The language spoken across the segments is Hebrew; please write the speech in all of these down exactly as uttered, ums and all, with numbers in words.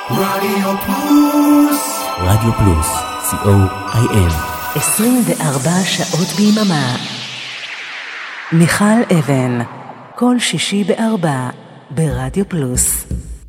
רדיו פלוס. רדיו פלוס, סי או איי אל. עשרים וארבע שעות ביממה. מיכל אבן, כל שישי בארבע, ברדיו פלוס.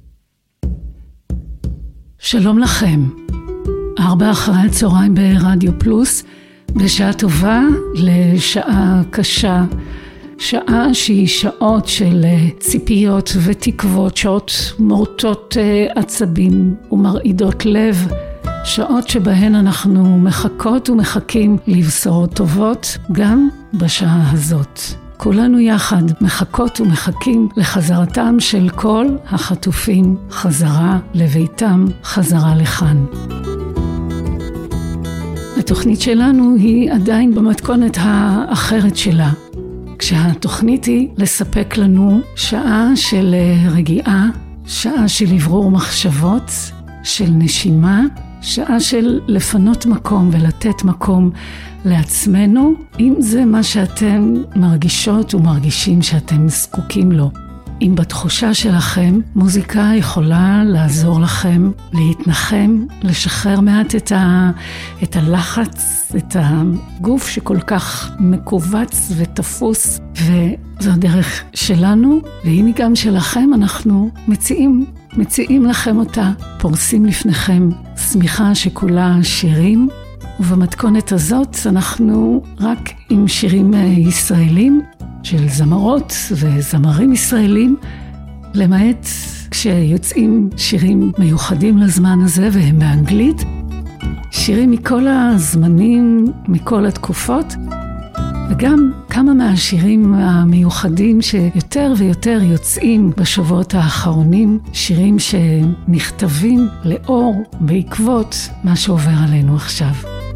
שלום לכם. ארבע אחרי הצהריים ברדיו פלוס, בשעה טובה לשעה קשה. שעה שהיא שעות של ציפיות ותקוות, שעות מורטות עצבים ומרעידות לב, שעות שבהן אנחנו מחכות ומחכים לבשורות טובות גם בשעה הזאת. כולנו יחד מחכות ומחכים לחזרתם של כל החטופים חזרה לביתם, חזרה לכאן. התוכנית שלנו היא עדיין במתכונת האחרת שלה. כשהתוכנית היא לספק לנו שעה של רגיעה, שעה של לברור מחשבות, של נשימה, שעה של לפנות מקום ולתת מקום לעצמנו, אם זה מה שאתם מרגישות ומרגישים שאתם זקוקים לו. אם בתחושה שלכם מוזיקה יכולה לעזור לכם להתנחם, לשחרר מעט את, ה, את הלחץ, את הגוף שכל כך מקובץ ותפוס, וזו הדרך שלנו, ואם היא גם שלכם, אנחנו מציעים, מציעים לכם אותה, פורסים לפניכם שמחה שכולה שירים, ובמתכונת הזאת אנחנו רק עם שירים ישראלים, של זמרות וזמרים ישראלים, למעט כשיוצאים שירים מיוחדים לזמן הזה והם באנגלית, שירים מכל הזמנים, מכל התקופות, וגם כמה מהשירים המיוחדים שיותר ויותר יוצאים בשבועות האחרונים, שירים שנכתבים לאור בעקבות מה שעובר עלינו עכשיו.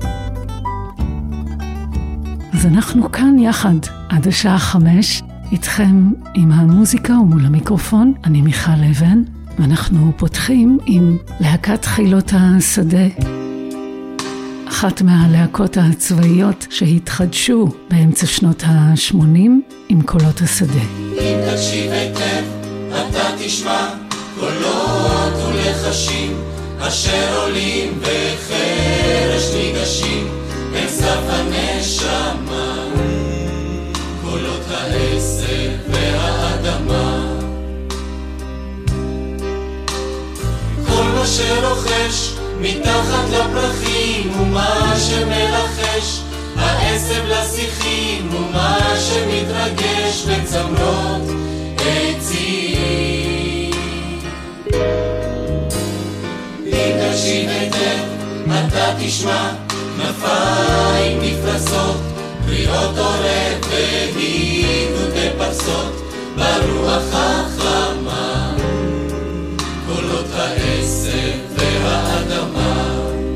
אז אנחנו כאן יחד עד השעה חמש, איתכם עם המוזיקה ומול המיקרופון. אני מיכל אבן, ואנחנו פותחים עם להקת חילות השדה, אחת מהלהקות הצבאיות שהתחדשו באמצע שנות ה-שמונים עם קולות השדה. אם תקשיב היטב, אתה תשמע קולות ולחשים אשר עולים בחרש ניגשים אל סף הנשמה, קולות העשב והאדמה. כל מה שרוחש מתחת לפרחים ומה שמלחש העשב לשיחים ומה שמתרגש בצמרות עצים. אם תקשיב היטב אתה תשמע כנפיים נפרסות, קריאות עורף והידודי פרסות ברוח החמה, קולות העשב והאדמה.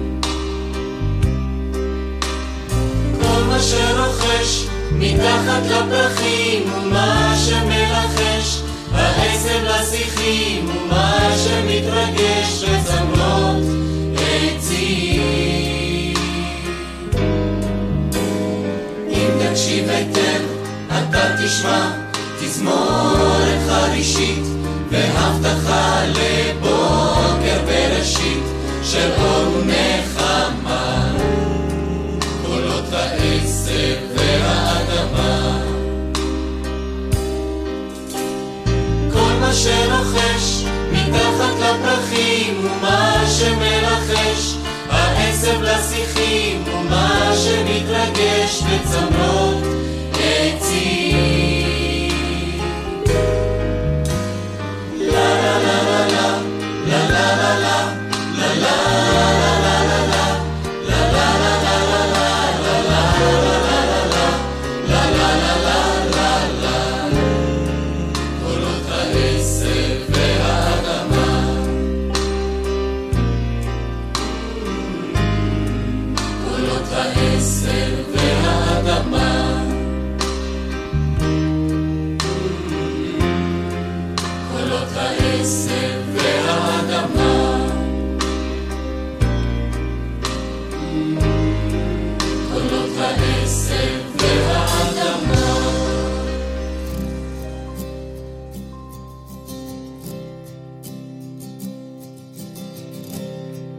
כל מה שרוחש מתחת לפרחים ומה שמלחש העשב לשיחים ומה שמתרגש בצמרות עצים. תקשיב היטב, אתה תשמע תזמורת חרישית והבטחה לבוקר בראשית של אור ונחמה, קולות העשב והאדמה. כל מה שרוחש מתחת לפרחים ומה שמלחש העשב לשיחים ומה שמתרגש בצמרות עצים. לה לה לה לה לה לה לה לה לה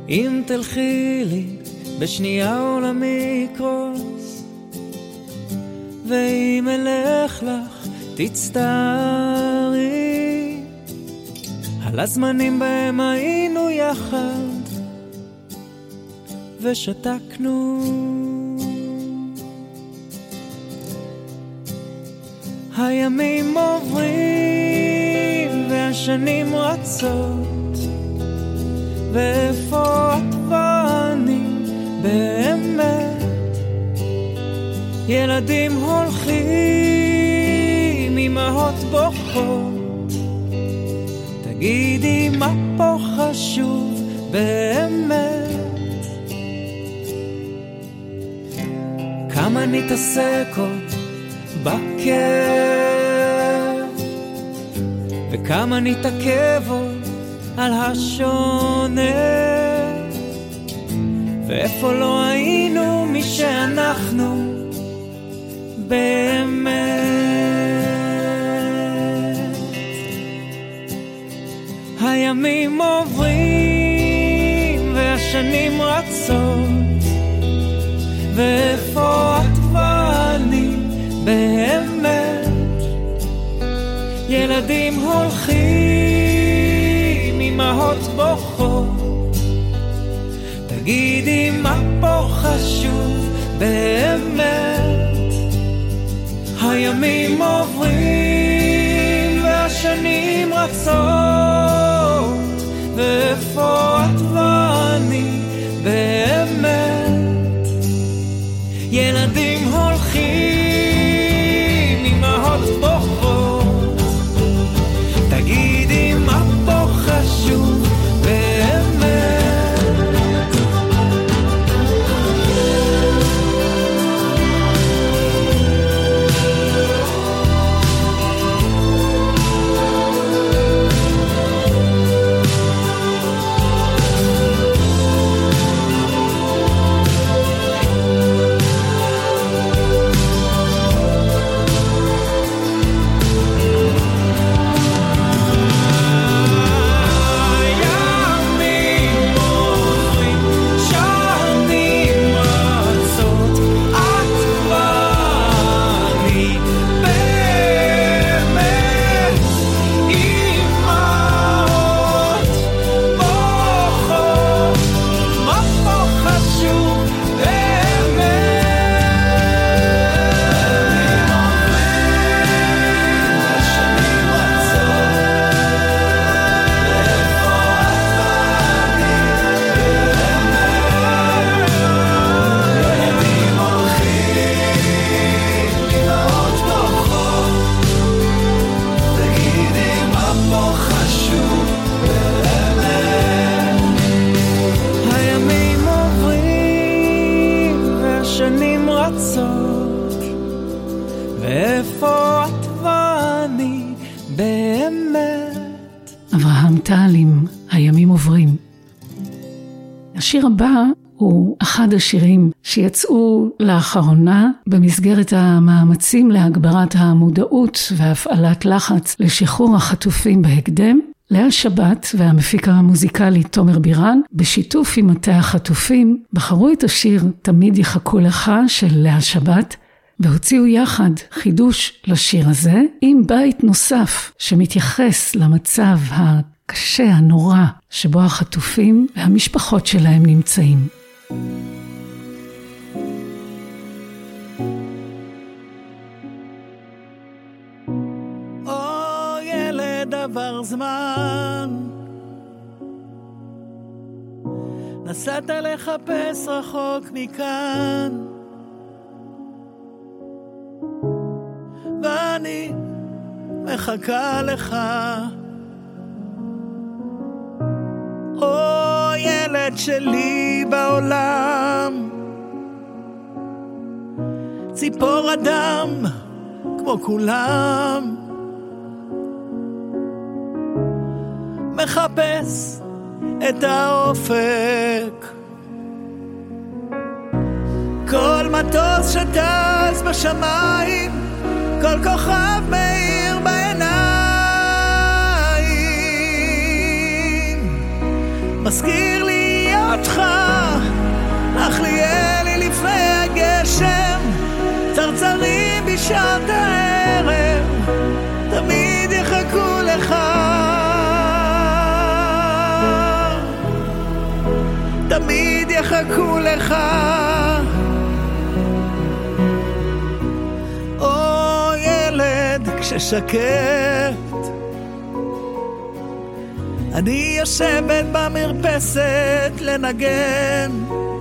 אם תלכי לי בשנייה עולמי יקרוס, ואם אלך לך תצטערי על הזמנים בהם היינו יחד ושתקנו. הימים עוברים והשנים רצות, ואיפה את ואני באמת? ילדים הולכים, אמהות בוכות, תגידי מה פה חשוב באמת? כמה נתעסק עוד בכאב, וכמה נתעכב עוד על השונה, ואיפה לא היינו מי שאנחנו באמת. הימים עוברים והשנים רצות, ואיפה את ואני באמת? ילדים הולכים, אמהות בוכות, תגידי מה פה חשוב באמת? הימים עוברים והשנים רצות, ואיפה את ואני באמת? ילדים הולכים, אמהות בוכות, תגידי מה פה חשוב באמת? השיר הבא הוא אחד השירים שיצאו לאחרונה במסגרת המאמצים להגברת המודעות והפעלת לחץ לשחרור החטופים בהקדם. לאה שבת והמפיק המוזיקלי תומר בירן בשיתוף עם מטה החטופים בחרו את השיר תמיד יחכו לך של לאה שבת, והוציאו יחד חידוש לשיר הזה עם בית נוסף שמתייחס למצב הקשה, הנורא, שבו החטופים והמשפחות שלהם נמצאים. או ילד עבר זמן, נסעת לחפש רחוק מכאן, ואני מחכה לך. או ילד שלי בעולם, ציפור אדם כמו כולם, מחפש את האופק. כל מטוס שטס בשמיים, כל כוכב מאיר בעיניים, מזכיר לי עוד אותך, אך יהיה לי לפני הגשם, צרצרים בשעת הערב, תמיד יחכו לך, תמיד יחכו לך. או ילד כששקט, אני יושבת במרפסת לנגן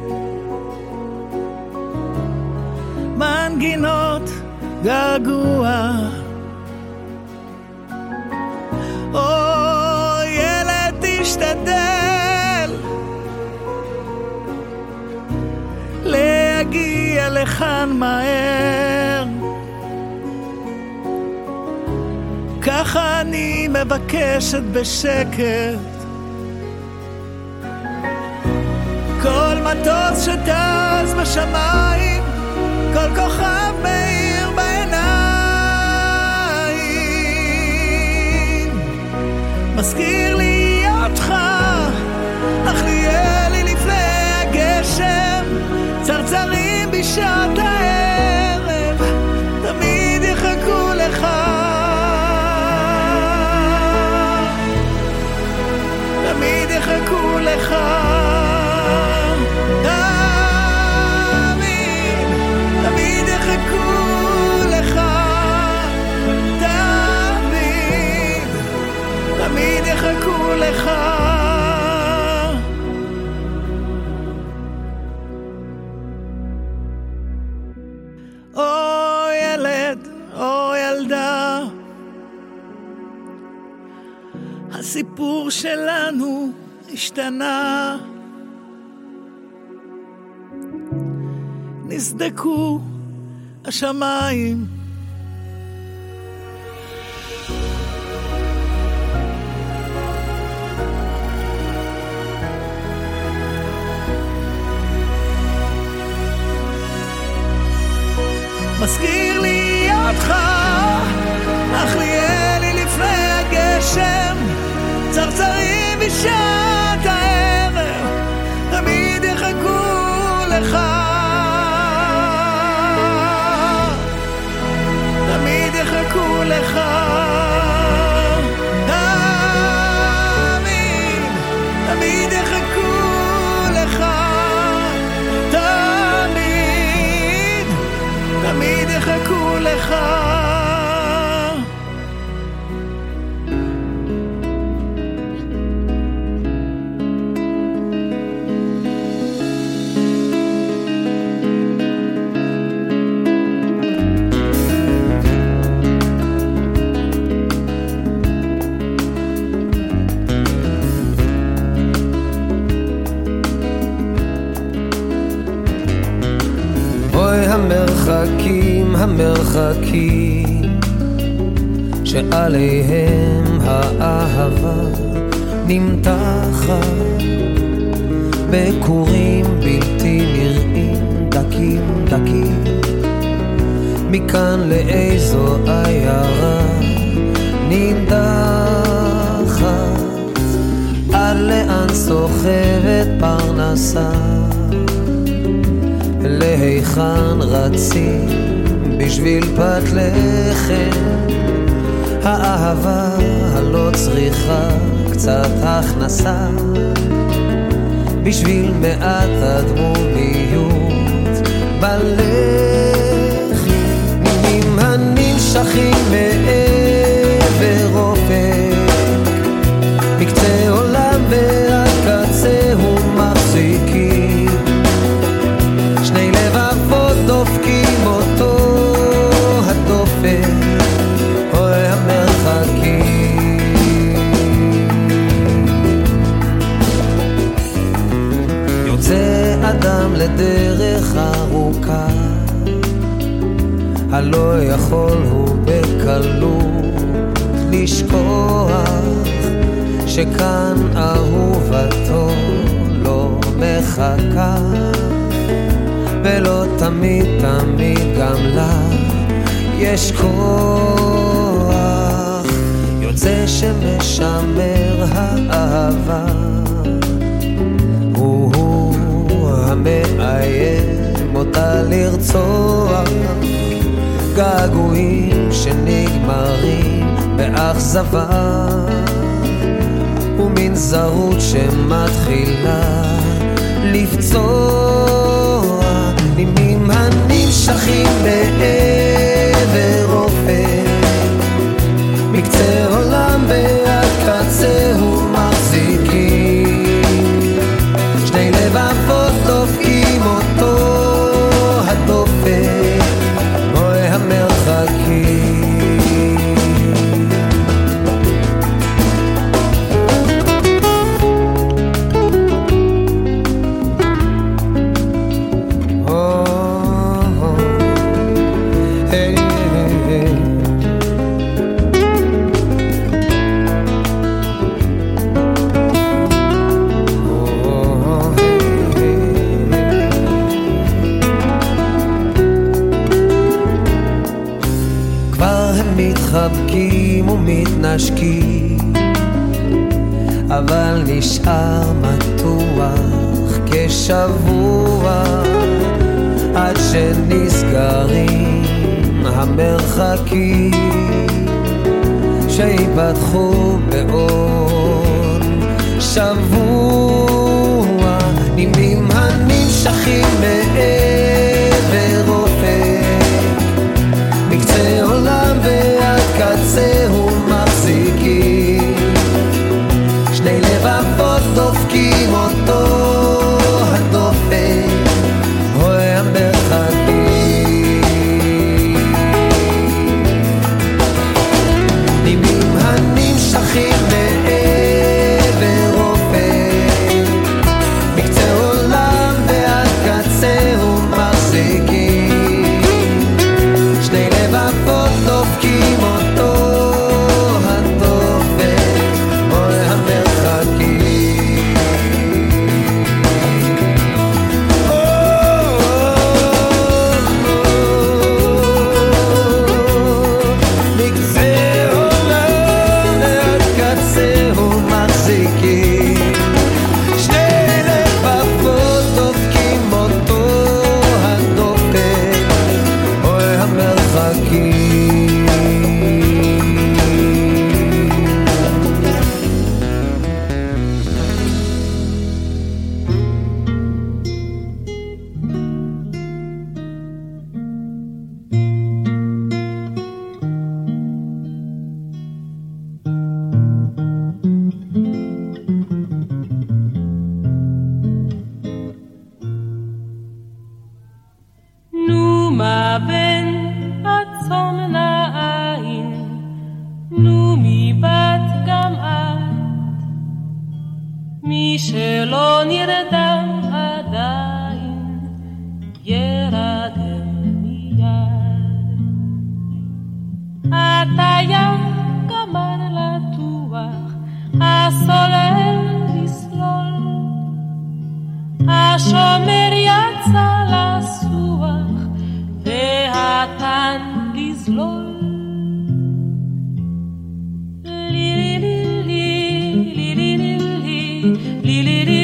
מנגינות געגוע. או ילד תשתדל להגיע לכאן מהר, ככה אני מבקשת בשקט. כל מטוס שטס בשמיים, כל כוכב מאיר בעיניים, מזכיר לי אותך, אך יהיה לי לפני הגשם, צרצרים בשעת הערב, תמיד יחכו לך, תמיד יחכו לך, תמיד, תמיד יחכו לך, תמיד, תמיד יחכו לך. או ילד, או ילדה, הסיפור שלנו השתנה, נסדקו השמיים, מזכיר לי אותך, אך יהיה לי לפני הגשם, צרצרים בשעת הערב, תמיד יחכו לך, תמיד יחכו לך, תמיד, תמיד יחכו לך, תמיד, תמיד יחכו לך. המרחקים, המרחקים שעליהם האהבה נמתחת בקורים בלתי נראים, דקים דקים, מכאן לאיזו עיירה נידחת, עד לאן סוחבת פרנסה, להיכן רצים בשביל פת לחם, האהבה הלא צריכה קצת הכנסה, בשביל מעט הדמומיות בלחי, נימים הנמשכים מעבר אופק, מקצה עולם ועד קצהו מחזיקים, שני לבבות דופקים אותו הדופק, אוי המרחקים. יוצא אדם לדרך ארוכה, הלא יכול הוא בקלות לשכוח שכאן אהובתו לא מחכה, ולא תמיד תמיד גם לה יש כוח, יוצא שמשמר האהבה הוא מאיים אותה לרצוח, געגועים שנגמרים באכזבה, ומנזרות שמתחילה לפצוע, נימים הנמשכים בעבר אופק, מקצה עולם ועד קצהו מחזיקים, שני לבבות דופקים אותו הדופק, בואי המרחקים. מתחבקים ומתנשקים, אבל נשאר מתוח כשבוע, עד שנסגרים המרחקים, שיפתחו בעוד שבוע, נימים הנמשכים מעבר אופק, מקצה עולם ועד קצהו מחזיקים, שני לבבות דופקים אותו הדופק, רואה המרחקים. נימים הנמשכים מעבר אופק, מקצה עולם ועד קצהו מחזיקים, שני לבבות דופקים אותו הדופק, רואה המרחקים. מקצה עולם ועד קצהו מחזיקים, שני לבבות דופקים אותו הדופק, רואה המרחקים. נו מה בן עצום לעין, נו מבת גם את, מי שלא נרדם עדיין ירדם מיד. הטייח גמר לטוח, הסולל לסלול, השומר יצא לסוח, והתן לזלול. לי לי לי לי לי לי לי לי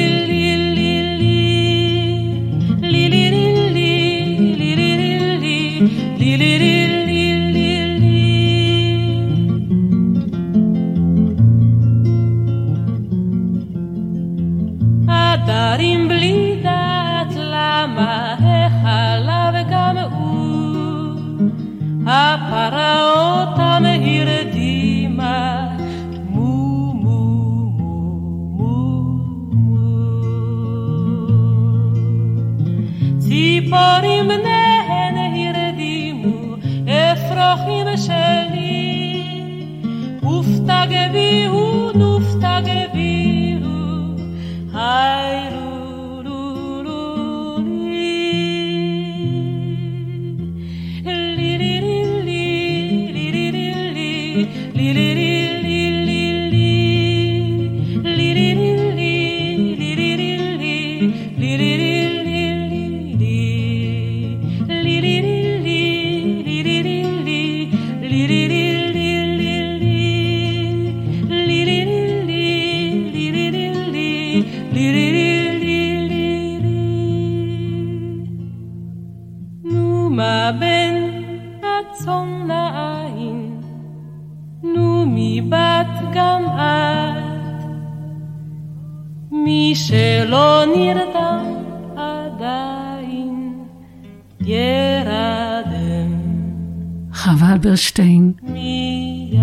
עדרים בלי דעת למה החלב גם הוא, הפרעות המהרדימה מו מו מו מו, ציפורים בניהן הרדימו אפרוחים שלי, ופתגביהו נופתגביהו היי לו לו לו לי. מי שלא נרדם עדיין ירדם. חווה אלברשטיין מיד.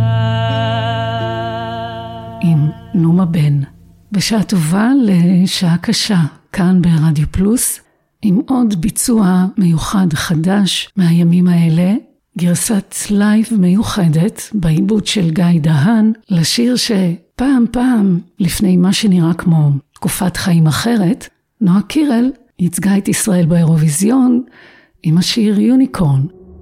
עם נומה בן. בשעה טובה לשעה קשה, כאן ברדיו פלוס, עם עוד ביצוע מיוחד חדש מהימים האלה, גרסת לייב מיוחדת בעיבוד של גיא דהן, לשיר שפעם פעם לפני מה שנראה כמו תקופת חיים אחרת, נועה קירל ייצגה את ישראל באירוויזיון עם השיר יוניקורן.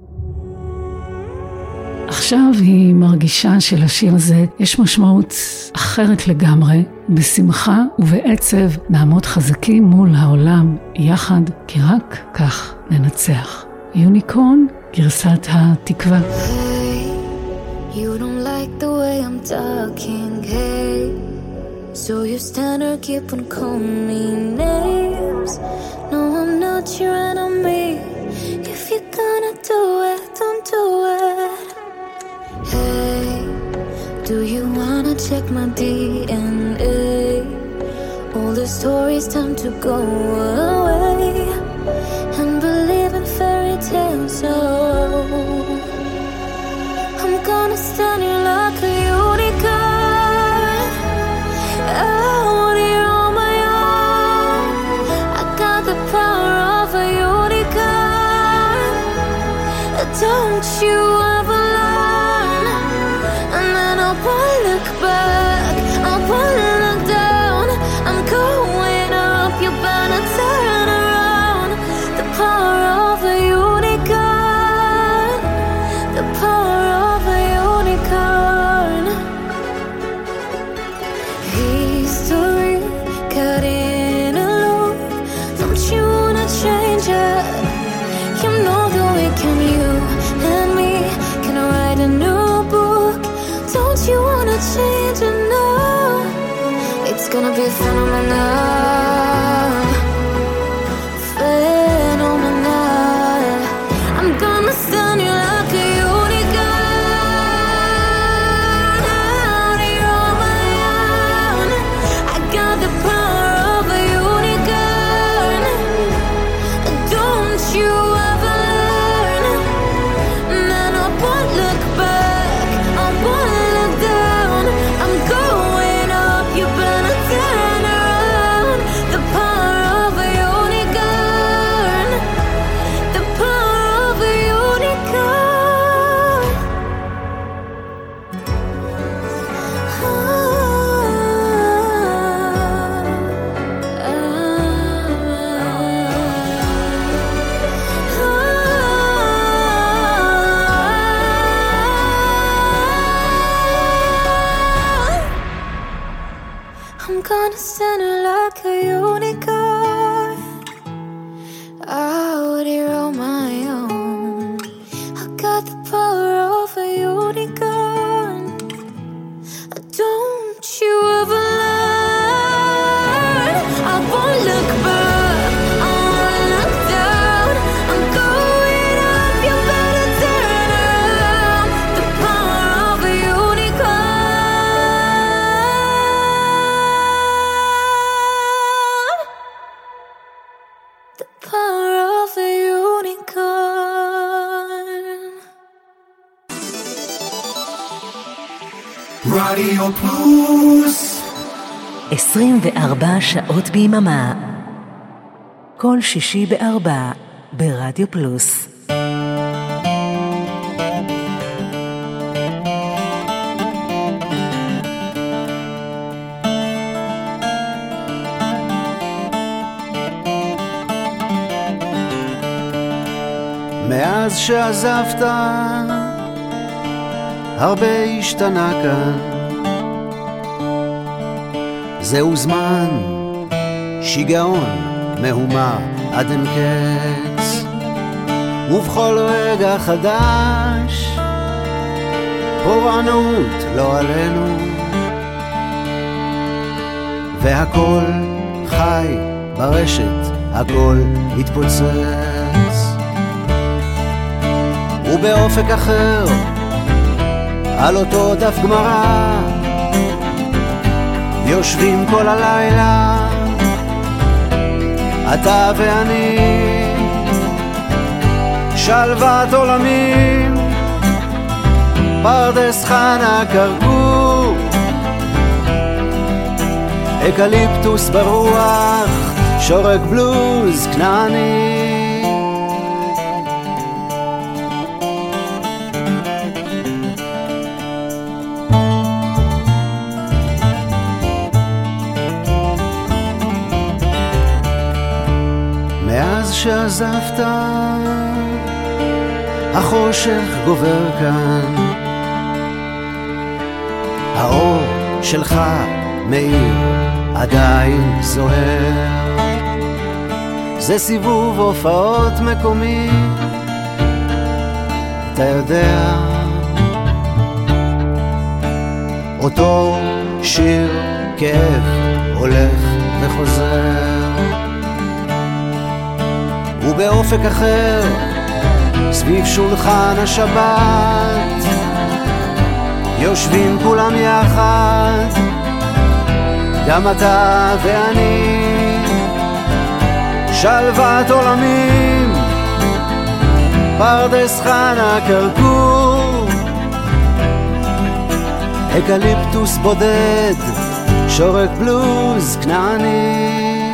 עכשיו היא מרגישה שלשיר הזה יש משמעות אחרת לגמרי. בשמחה ובעצב נעמוד חזקים מול העולם יחד, כי רק כך ננצח. יוניקורן, גרסת התקווה. Hey, you don't like the way I'm talking, hey, so you stand or keep on calling me names. No, I'm not your enemy. If you're gonna do it, don't do it. Hey, do you wanna check my D N A? All the stories time to go away and believe in fairy tales. So I'm gonna stand here like a unicorn, out here on my own. I got the power of a unicorn. Don't you ever learn? And then I won't look back, I won't look down. I'm going up, you better turn around. The power of a unicorn, the power of a unicorn. History cut in a loop. Don't you wanna change it? You know that we can, you and me can write a new book. Don't you wanna change it now? It's gonna be phenomenal, phenomenal. I'm gonna stand you like a unicorn, out here on my own. I got the power of a unicorn. Don't you ever learn? Man, I won't look back, I won't look down. I'm going up, you better turn around. The power of a unicorn, the power of a unicorn. I'm gonna stand her like a unicorn, out here on my own. I got the power of a unicorn. Don't you ever learn? I won't look back, I won't look down. I'm going up, you better turn around. The power of a unicorn, the power of a unicorn. רדיו פלוס. עשרים וארבע שעות ביממה. כל שישי בארבע ברדיו פלוס. מאז שעזבת הרבה השתנה כאן, זהו זמן שיגעון מהומה עד אין קץ, ובכל רגע חדש פורענות לא עלינו, והכל חי ברשת, הכל התפוצץ, ובאופק אחר על אותו דף גמרא יושבים כל הלילה אתה ואני, שלוות עולמים, פרדס חנה כרכור, אקליפטוס ברוח, שורק בלוז כנעני. מאז שעזבת החושך גובר כאן, האור שלך מאיר עדיין זוהר, זה סיבוב הופעות מקומי, אתה יודע, אותו שיר כאב הולך וחוזר, ובאופק אחר סביב שולחן השבת יושבים כולם יחד, גם אתה ואני, שלוות עולמים, פרדס חנה כרכור, אקליפטוס בודד, שורק בלוז כנעני.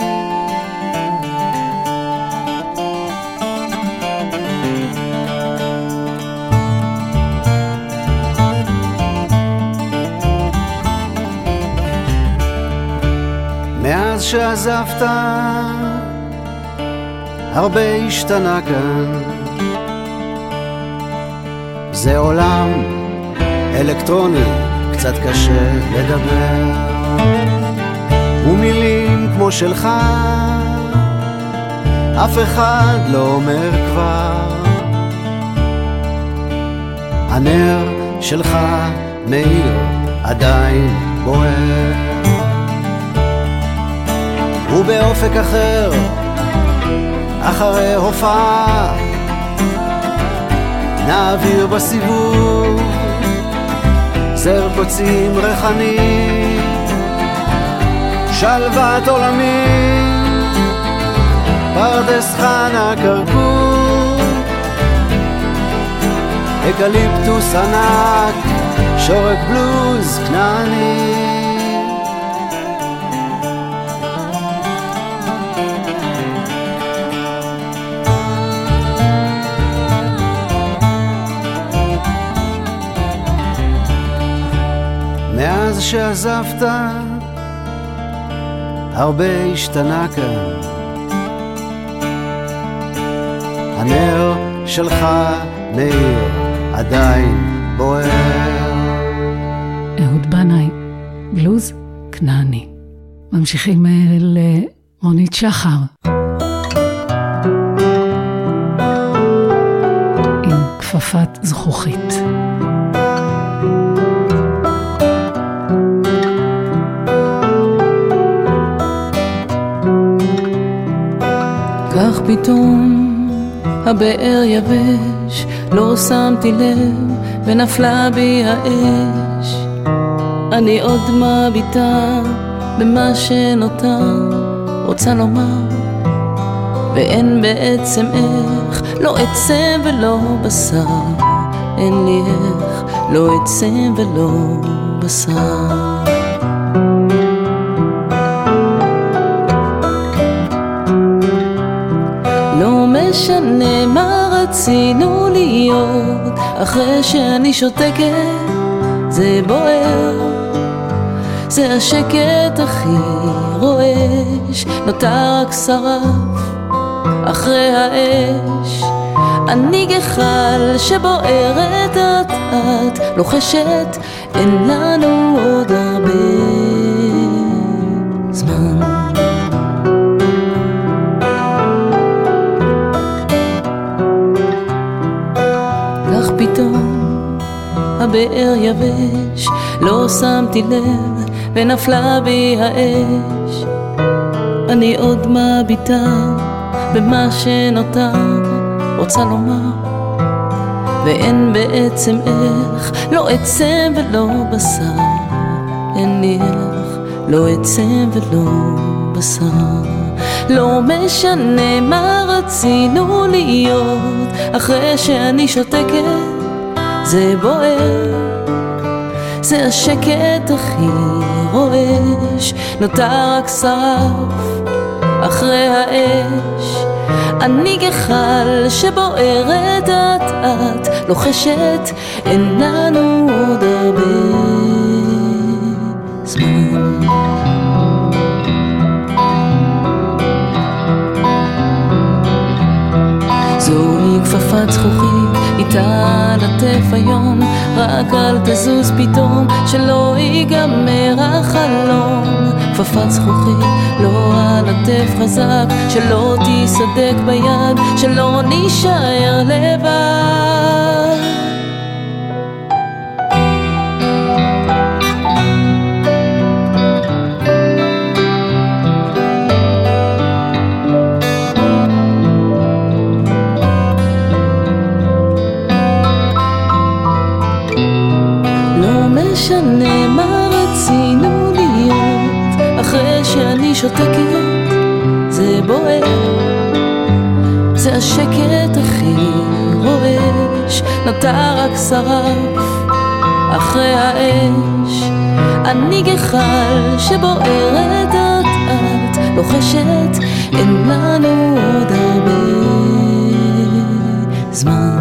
מאז שעזבת הרבה השתנה כאן, זה עולם אלקטרוני, קצת קשה לדבר, ומילים כמו שלך אף אחד לא אומר כבר, הנר שלך מאיר עדיין בוער, ובאופק אחר אחרי הופעה נעביר בסיבוב זר קוצים ריחני, שלוות עולמים, פרדס חנה כרכור, אקליפטוס ענק, שורק בלוז כנעני. מאז שעזבת הרבה השתנה כאן, הנר שלך מאיר עדיין בוער. אהוד בנאי, בלוז כנעני. ממשיכים לרונית שחר עם כפפת זכוכית. כך פתאום הבאר יבש, לא שמתי לב ונפלה בי האש, אני עוד מביטה במה שנותר, רוצה לומר ואין בעצם איך, לא עצם ולא בשר, אין לי איך, לא עצם ולא בשר. משנה מה רצינו להיות, אחרי שאני שותקת זה בוער, זה השקט הכי רועש, נותר רק שרף אחרי האש, אני גחל שבוערת את את לוחשת, אין לנו עוד הרבה זמן. פתאום הבאר יבש, לא שמתי לב ונפלה בי האש, אני עוד מביטה במה שנותר, רוצה לומר ואין בעצם איך, לא עצם ולא בשר, אין לי איך, לא עצם ולא בשר, לא משנה מה רצינו להיות, אחרי שאני שותקת זה בוער, זה השקט הכי רועש, נותר רק שרף אחרי האש. אני גחל שבוערת את את לוחשת, אין לנו עוד הרבה זמן. זוהי כפפת זכוכית איתה נטף היום, רק אל תזוז פתאום שלא ייגמר החלום. כפפת זכוכית לא נטף חזק, שלא תיסדק ביד, שלא נשאר לבד. משנה מה רצינו להיות, אחרי שאני שותקת זה בוער, זה השקט הכי רועש, נותר רק שרף אחרי האש. אני גחל שבוערת את את לוחשת, אין לנו עוד הרבה זמן,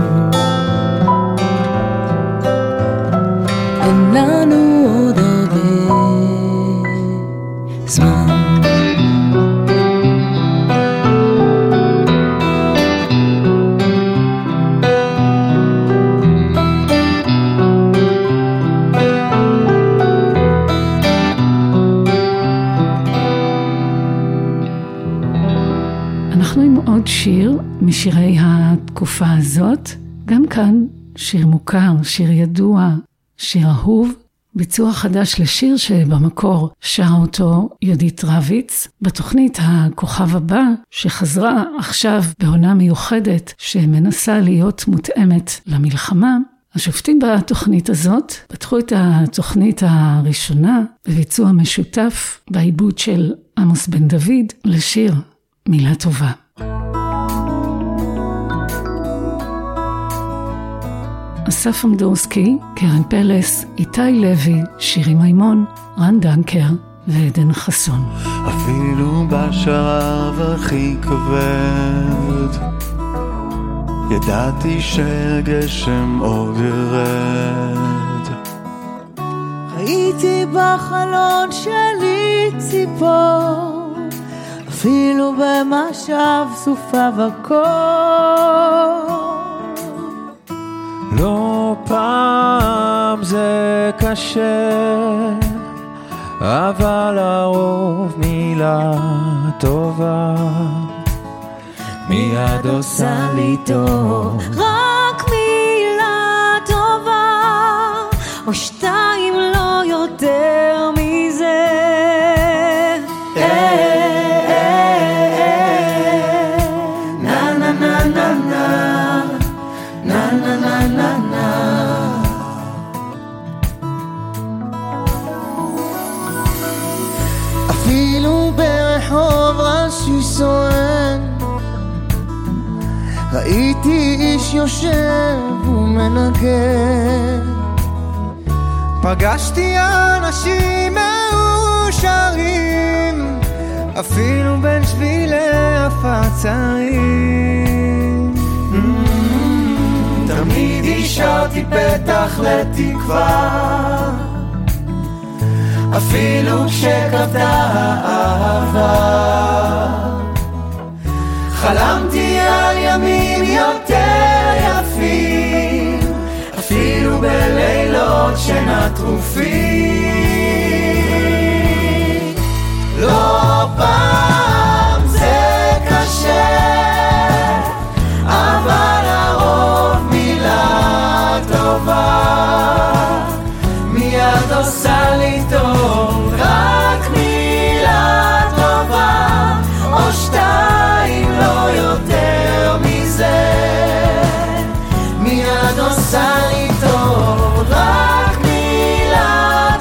אין לנו עוד הרבה זמן. אנחנו עם עוד שיר משירי התקופה הזאת, גם כאן שיר מוכר, שיר ידוע, שיר אהוב, ביצוע חדש לשיר שבמקור שר אותו יהודית רביץ, בתוכנית הכוכב הבא שחזרה עכשיו בעונה מיוחדת שמנסה להיות מותאמת למלחמה. השופטים בתוכנית הזאת פתחו את התוכנית הראשונה בביצוע משותף בעיבוד של עמוס בן דוד לשיר מילה טובה. אסף אמדורסקי, קרן פלס, איתי לוי, שירי מימון, רן דנקר ועדן חסון. אפילו בשרב הכי כבד ידעתי שהגשם עוד ירד. ראיתי בחלון שלי ציפור, אפילו במשב סופה וקור. לא פעם זה קשה, אבל הרוב מילה טובה מיד עושה לי טוב. רק מילה טובה או שתיים, לא יותר מזה. na na na na na na na na na na. אפילו ברחוב ראשי סואן ראיתי איש יושב ומנגן. פגשתי אנשים מאושרים אפילו בין שבילי הפצעים. תמיד השארתי פתח לתקווה אפילו כשקרתה האהבה. חלמתי על ימים יותר יפים אפילו בלילות שינה טרופים. לא פעם זה קשה, אבל הרוב מילה טובה מיד עושה לי טוב. רק מילה טובה או שתיים, לא יותר מזה, מיד עושה לי טוב. רק מילה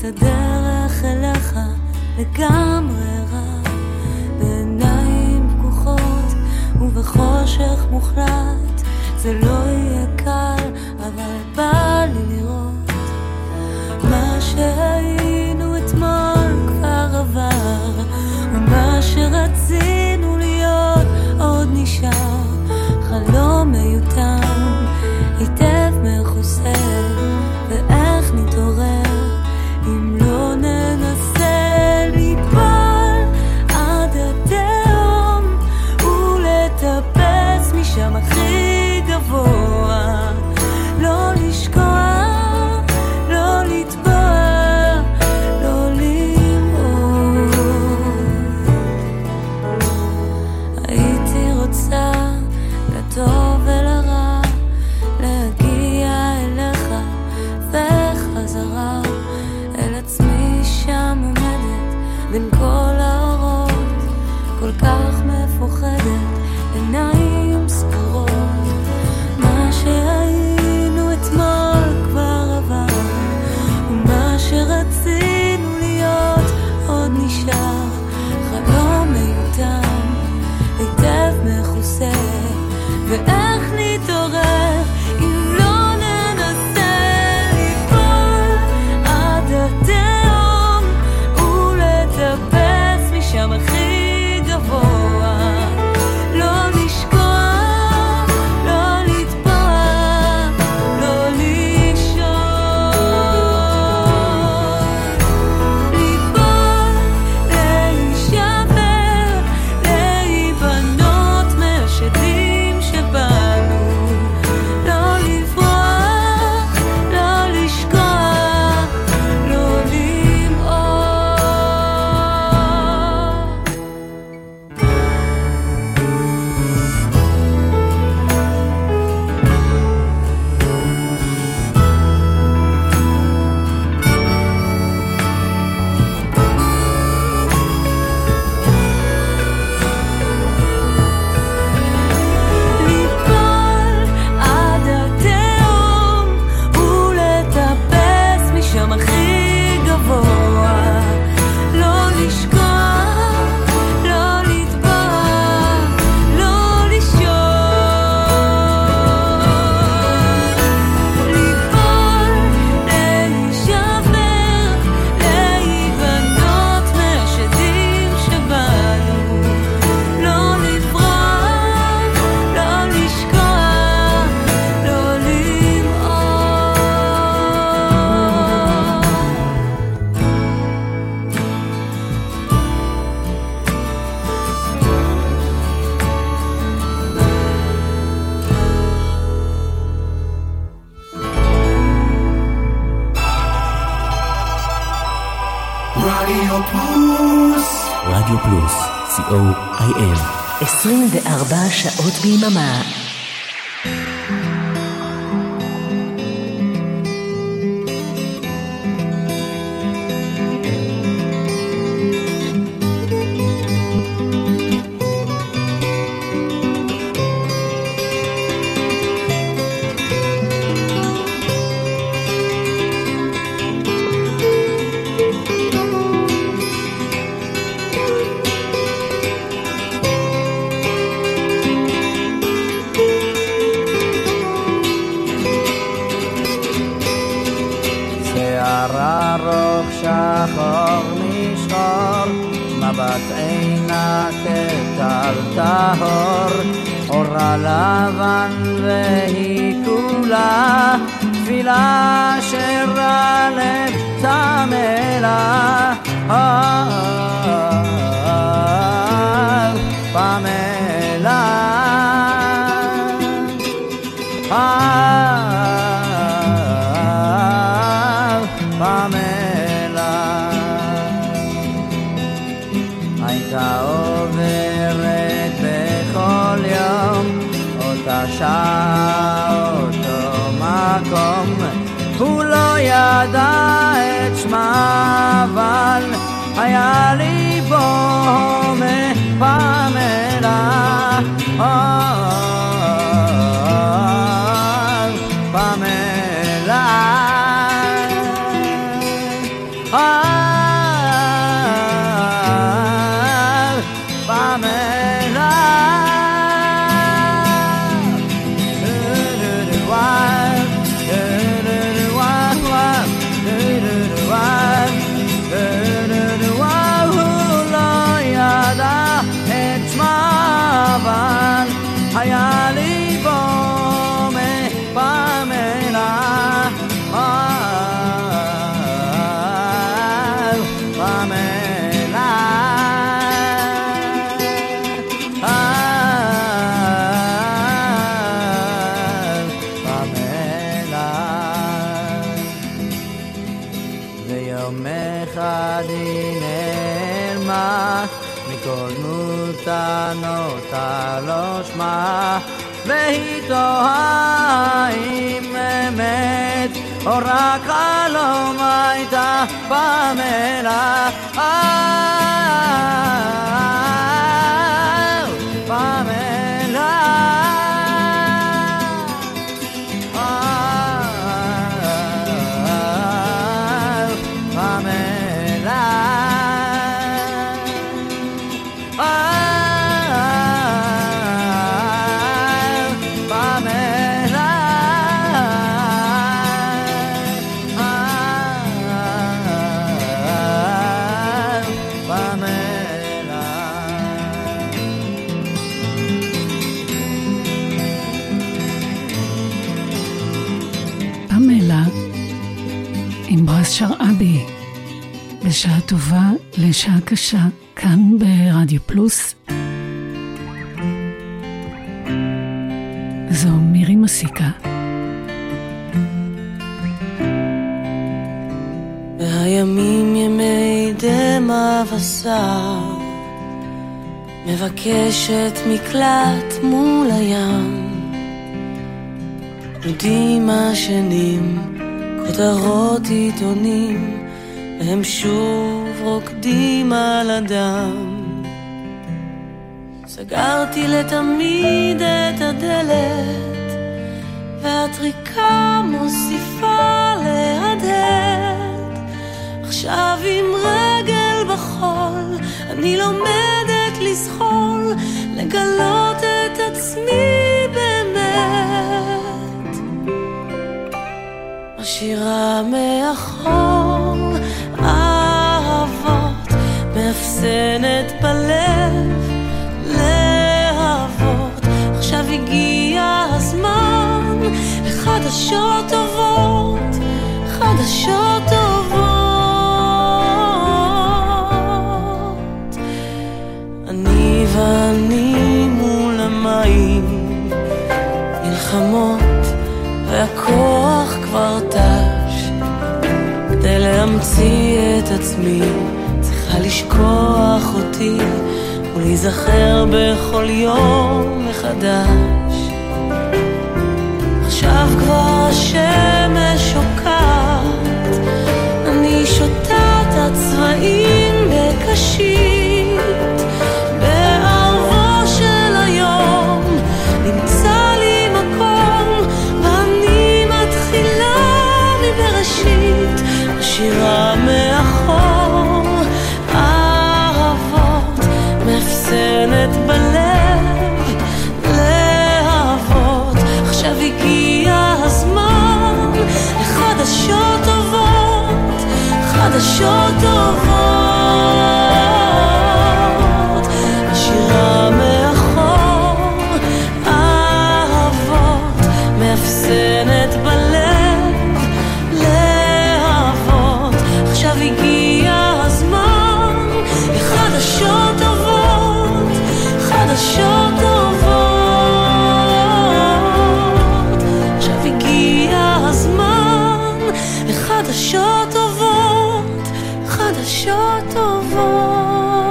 הדרך אליך לגמרי רע, בעיניים פקוחות ובחושך מוחלט. זה לא יהיה קל, אבל בא לי לראות מה שהיינו אתמול כבר עבר, ומה שרצינו להיות עוד נשאר. חלום מיותם, היטב מכוסה, ואיך נתעורר אם לא ננסה ליפול עד התהום ולטפס משם הכי גבוה. לא לשקוע, לא לטבוע, לא למעוד. הייתי רוצה לטוב ולרע, להגיע אליך וחזרה אל עצמי שם עומדת בין כל האורות, כל כך מפוחדת, עיניים סגורות. מה שהיינו אתמול כבר עבר, ומה שרצינו להיות עוד נשאר. חלום מיותם, היטב מכוסה, ואיך נתעורר אם לא ננסה ליפול עד התהום ולטפס משם הכי גבוה. לא לשקוע, לא לטבוע, לא לישון, ליפול, להישבר, להיבנות מהשדים שבנו. לא לברוח, לא לשכוח, לא למעוד. ליפול עד התהום ולטפס משם הכי גבוה. לא לשכוח, לא לטבוע, לא לישון, ליפול, להישבר, להיבנות מהשדים שבנו. לא לברוח, לא לשכוח, לא למעוד. רדיו פלוס. רדיו פלוס, סי או איי אם. עשרים וארבע שעות ביממה. שערה רוך שחור משחור, מבט עינה כטל טהור, אורה לבן והיא כולה תפילה שרה לב תמלה. פמלה פמלה הייתה עוברת בכל יום אותה שעה אותו מקום, הוא לא ידע את שמה אבל היה ליבו מפמלה. פמלה אחד היא נעלמה, מכל דמותה נוטה לא שמה, והיא תוהה אם אמת או רק חלום הייתה פמלה. שרעבי, בשעה טובה לשעה קשה, כאן ברדיו פלוס. זו מירי מסיקה. והימים ימי דמה ושר, מבקשת מקלט מול הים, דודים השנים כותרות עיתונים, והם שוב רוקדים על הדם. סגרתי לתמיד את הדלת, והטריקה מוסיפה להדהד. עכשיו עם רגל בחול, אני לומדת לזחול, לגלות את עצמי באמת. שירה מאחור אהבות, מאפסנת בלב להבות. עכשיו הגיע הזמן לחדשות טובות, חדשות טובות. אני ואני מול המים נלחמות, והכוח כבר תש. כדי להמציא את עצמי צריכה לשכוח אותי ולהיזכר בכל יום מחדש. עכשיו כבר השמש שוקעת, אני שותה את הצבעים בקשית. בערבו של היום נמצא לי מקום, שירה מאחור אהבות, מאפסנת בלב להבות. עכשיו הגיע הזמן לחדשות טובות, חדשות טובות. שירה מאחור אהבות, מאפסנת בלב. חדשות טובות, חדשות טובות. עכשיו הגיע הזמן לחדשות טובות, חדשות טובות.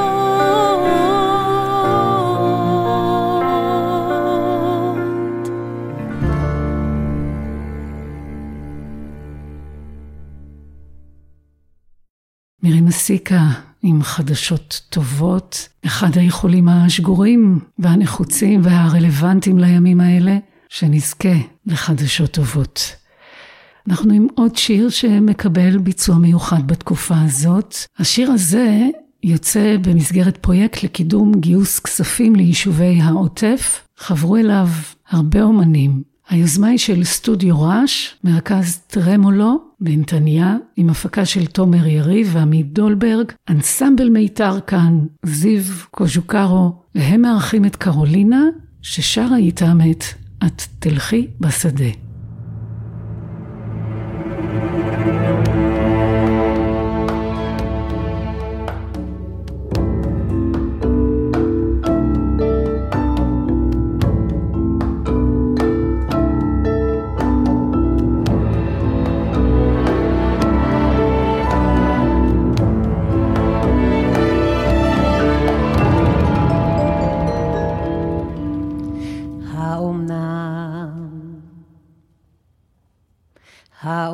מירי מסיקה עם חדשות טובות, אחד היכולים השגורים והנחוצים והרלוונטיים לימים האלה, שנזכה לחדשות טובות. אנחנו עם עוד שיר שמקבל ביצוע מיוחד בתקופה הזאת. השיר הזה יוצא במסגרת פרויקט לקידום גיוס כספים ליישובי העוטף. חברו אליו הרבה אומנים. היוזמה היא של סטודיו רש, מרכז טרמולו בנתניה, עם הפקה של תומר יריב ועמית דולברג, אנסמבל מיתר כאן, זיו קוז'וקרו, והם מארחים את קרולינה, ששרה איתם את את תלכי בשדה.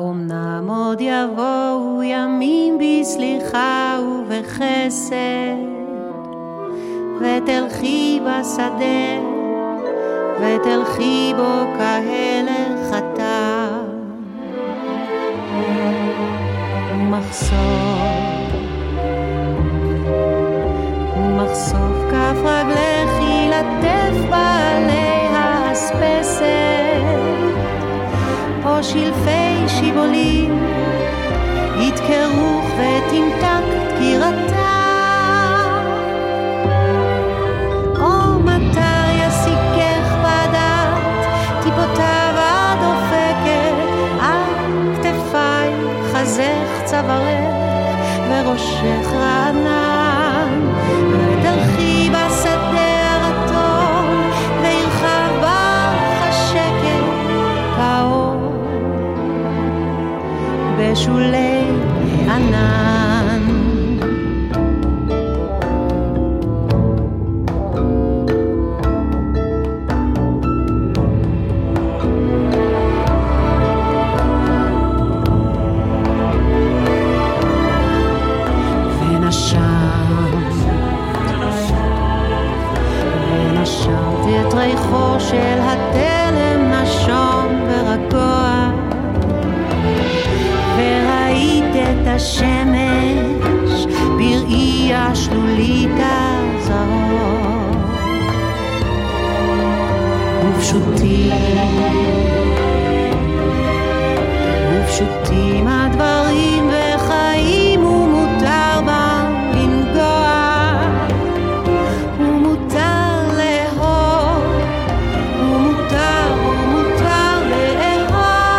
האומנם עוד יבואו ימים בסליחה ובחסד, ותלכי בשדה ותלכי בו כהלך חטא ומחשוף ומחשוף כף רגלך ילטף בעלי האספסת, פה שלפי שיבולים יתקרוך ותמתק דקירתה, או מטר יסיקך בדת טיפותיו הדופקת על כתפי חזך צווארך וראשך רענן, ותלכי בשדה הרטון וירחב בך השקט כאור בשולי ענן. את ריחו של התלם נשום ורגוע, וראית את השמש בראי השלולית הזהוב, ופשוטים ופשוטים הדברים וחיים ומותר בם לנגוע, ומותר לאהוב, ומותר ומותר לאהוב.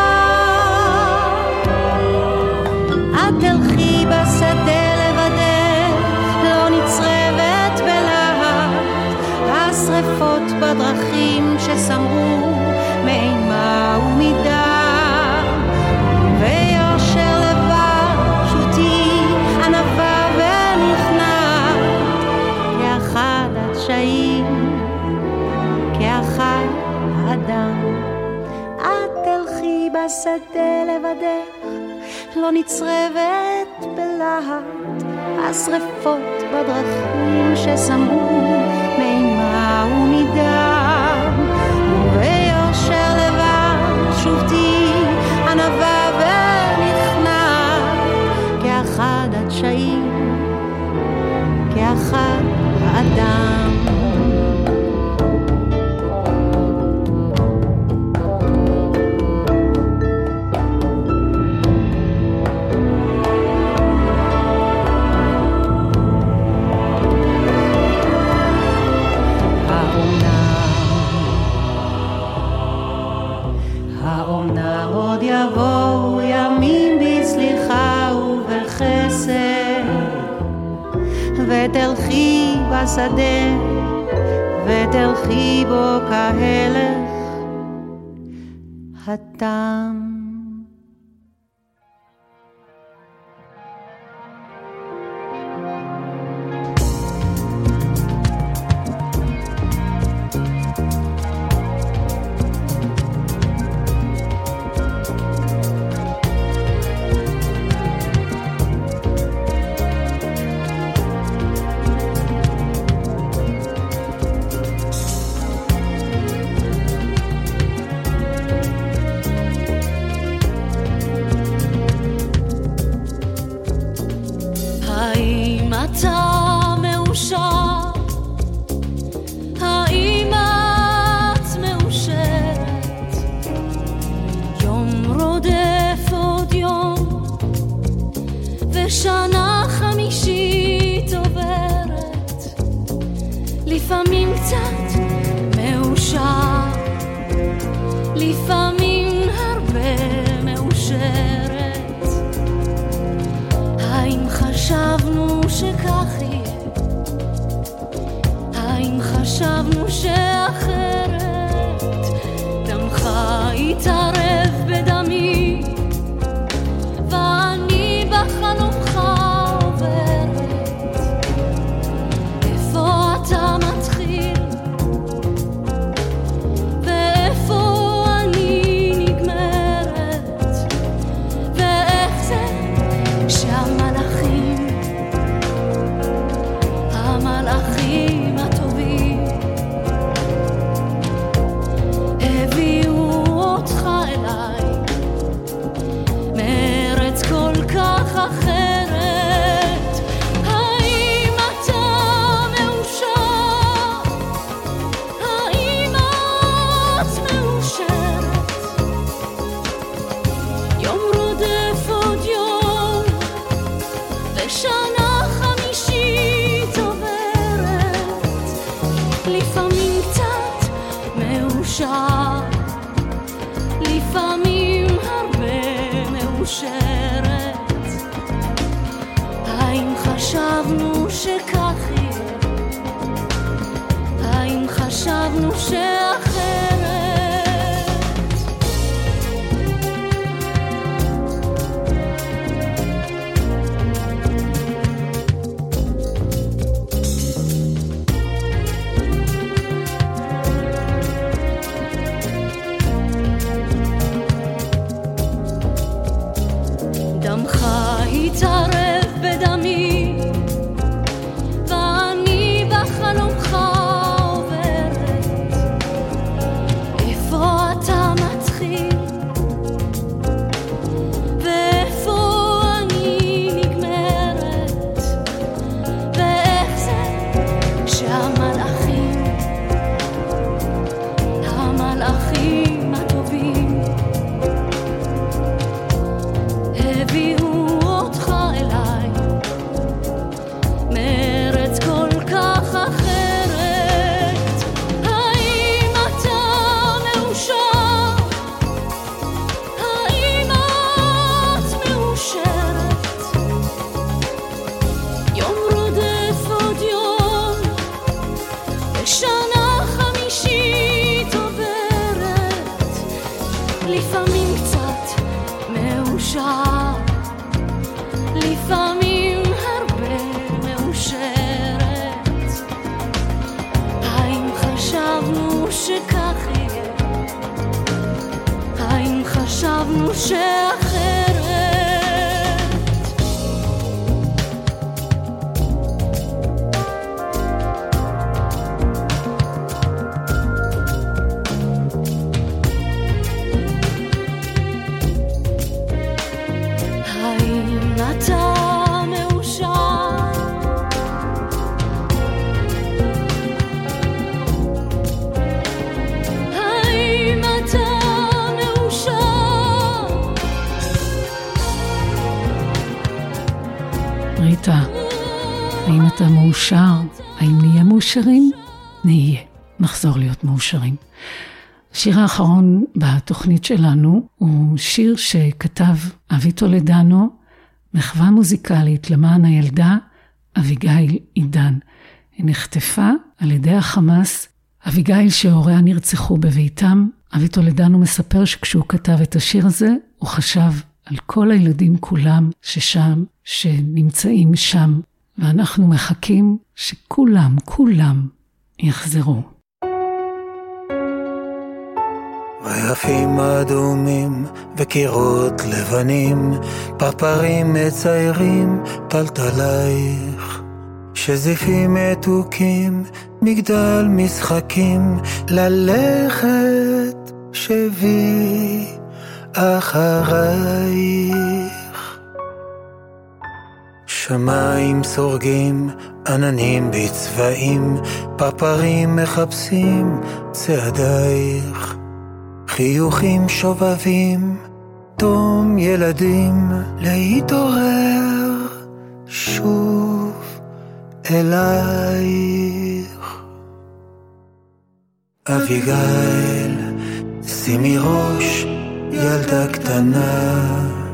את תלכי בשדה לבדך, לא נצרבת בלהט השרפות בדרכים שסמרו מאימה ומדם, ויושר לבד שוטי ענווה ונכנעת, כאחד הדשאים, כאחד האדם. את תלכי בשדה לבדך, לא נצרבת בלהט השרפות בדרכים שסמרו מאימה ומדם, וביושר לבד שובתי ענווה ונכנעת, כאחד הדשאים, כאחד האדם. האומנם עוד יבואו ימים בסליחה ובחסד, ותלכי בשדה ותלכי בו כהלך התם. שנה חמישית עוברת, לפעמים קצת מאושר, לפעמים הרבה מאושרת. האם חשבנו שכך יהיה? האם חשבנו שאחרת? דמך התערב בדמי ואני בחלומך עוברת. איפה אתה מתחיל ואיפה אני נגמרת? אחרת. האם אתה מאושר? האם את מאושרת? יום רודף עוד יום ושנה חמישית עוברת, לפעמים קצת מאושר, לפעמים הרבה מאושרת. האם חשבנו שכך יהיה? האם חשבנו שאחרת? דמך התערב בדמי ואני בחלומך עוברת. איפה אתה מתחיל ואיפה אני נגמרת? ואיך זה שהמלאכים, המלאכים הטובים הביאו אותך אליי מארץ כל כך אחרת. האם אתה מאושר? האם את מאושרת? יום רודף עוד יום ושנה חמישית עוברת, לפעמים קצת מאושר, לפעמים הרבה מאושרת. האם חשבנו שכך יהיה? האם חשבנו שאחרת? האם אתה מאושר? האם אתה מאושר? ריטה, האם אתה מאושר? האם נהיה מאושרים? נהיה. נחזור להיות מאושרים. השיר האחרון בתוכנית שלנו הוא שיר שכתב אבי טולדנו, מחווה מוזיקלית למען הילדה אביגיל עידן. היא נחטפה על ידי החמאס, אביגיל שהוריה נרצחו בביתם. אבי טולדנו מספר שכשהוא כתב את השיר הזה, הוא חשב על כל הילדים כולם ששם, שנמצאים שם, ואנחנו מחכים שכולם, כולם יחזרו. רעפים אדומים וקירות לבנים, פרפרים מציירים פלטלייך, שזיפים מתוקים, מגדל משחקים, ללכת שבי אחרייך. שמיים סורגים, עננים בצבעים, פרפרים מחפשים צעדייך, חיוכים שובבים, תום ילדים, להתעורר שוב אלייך. אביגיל, שימי ראש ילדה קטנה,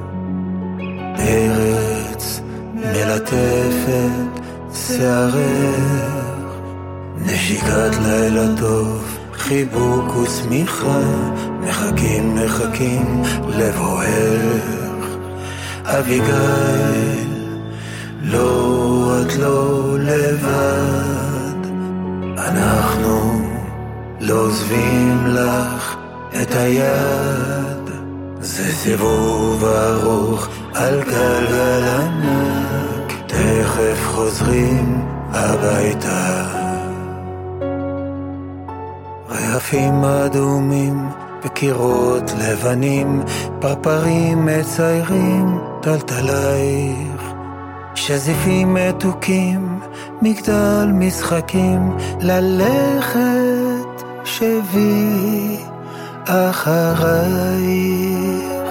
ארץ מלטפת שערך, נשיקת לילה טוב, חיבוק ושמיכה, מחכים מחכים לבואך. אביגיל, לא את לא לבד, אנחנו לא עוזבים לך את היד. זה סיבוב ארוך על גלגל ענק, תכף חוזרים הביתה. רעפים אדומים וקירות לבנים, פרפרים מציירים טלטלייך, שזיפים מתוקים, מגדל משחקים, ללכת שבי אחרייך.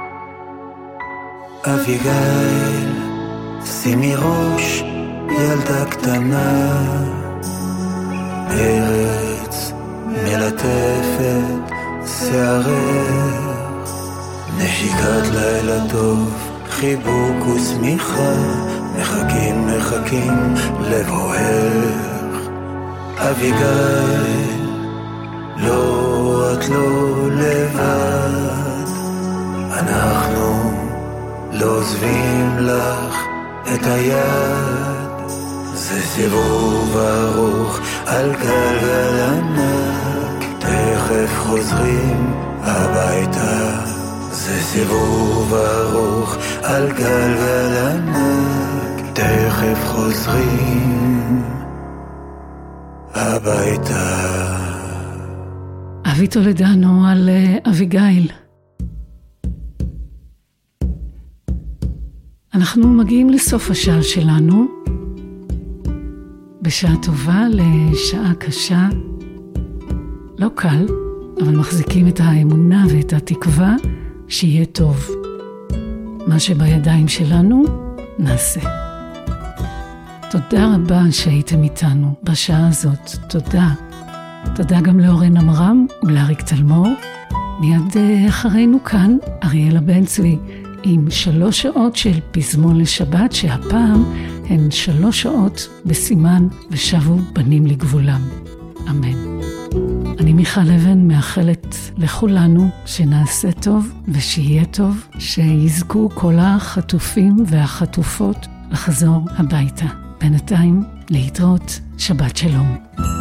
אביגיל, שימי ראש ילדה קטנה, ארץ מלטפת שערך, נשיקת לילה טוב, חיבוק ושמיכה, מחכים מחכים לבואך. אביגיל, לא את לא לבד, אנחנו לא עוזבים לך את היד, זה סיבוב ארוך על גלגל ענק, תכף חוזרים הביתה. זה סיבוב ארוך על גלגל ענק, תכף חוזרים הביתה. אבי טולדנו על אביגיל. אנחנו מגיעים לסוף השעה שלנו, בשעה טובה לשעה קשה, לא קל, אבל מחזיקים את האמונה ואת התקווה שיהיה טוב. מה שבידיים שלנו נעשה. תודה רבה שהייתם איתנו בשעה הזאת, תודה. תודה גם לאורן אמרם ולאריק תלמור. מיד אחרינו כאן אריאלה בן צבי עם שלוש שעות של פזמון לשבת, שהפעם הן שלוש שעות בסימן ושבו בנים לגבולם. אמן. אני מיכל אבן מאחלת לכולנו שנעשה טוב ושיהיה טוב, שיזכו כל החטופים והחטופות לחזור הביתה. בינתיים להתראות, שבת שלום.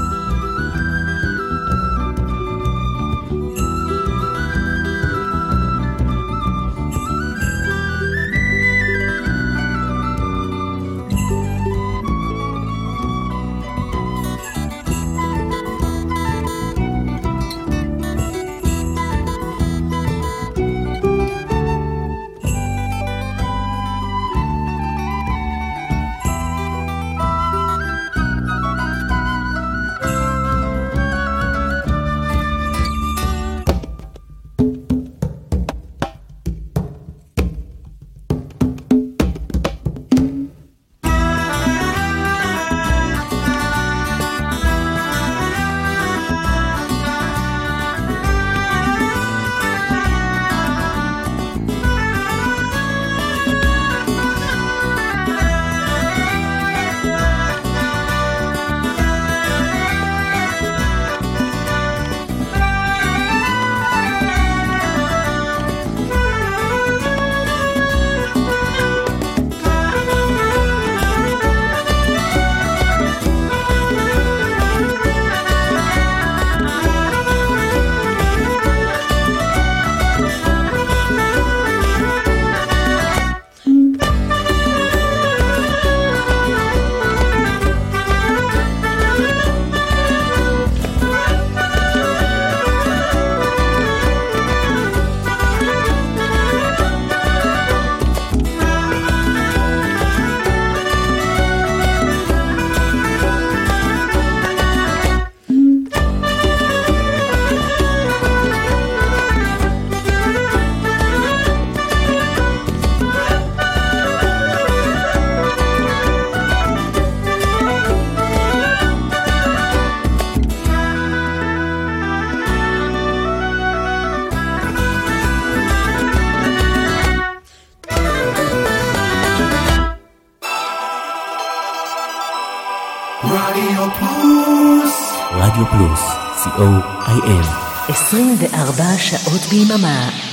רדיו פלוס, רדיו פלוס, סי או איי אל. עשרים וארבע שעות ביממה.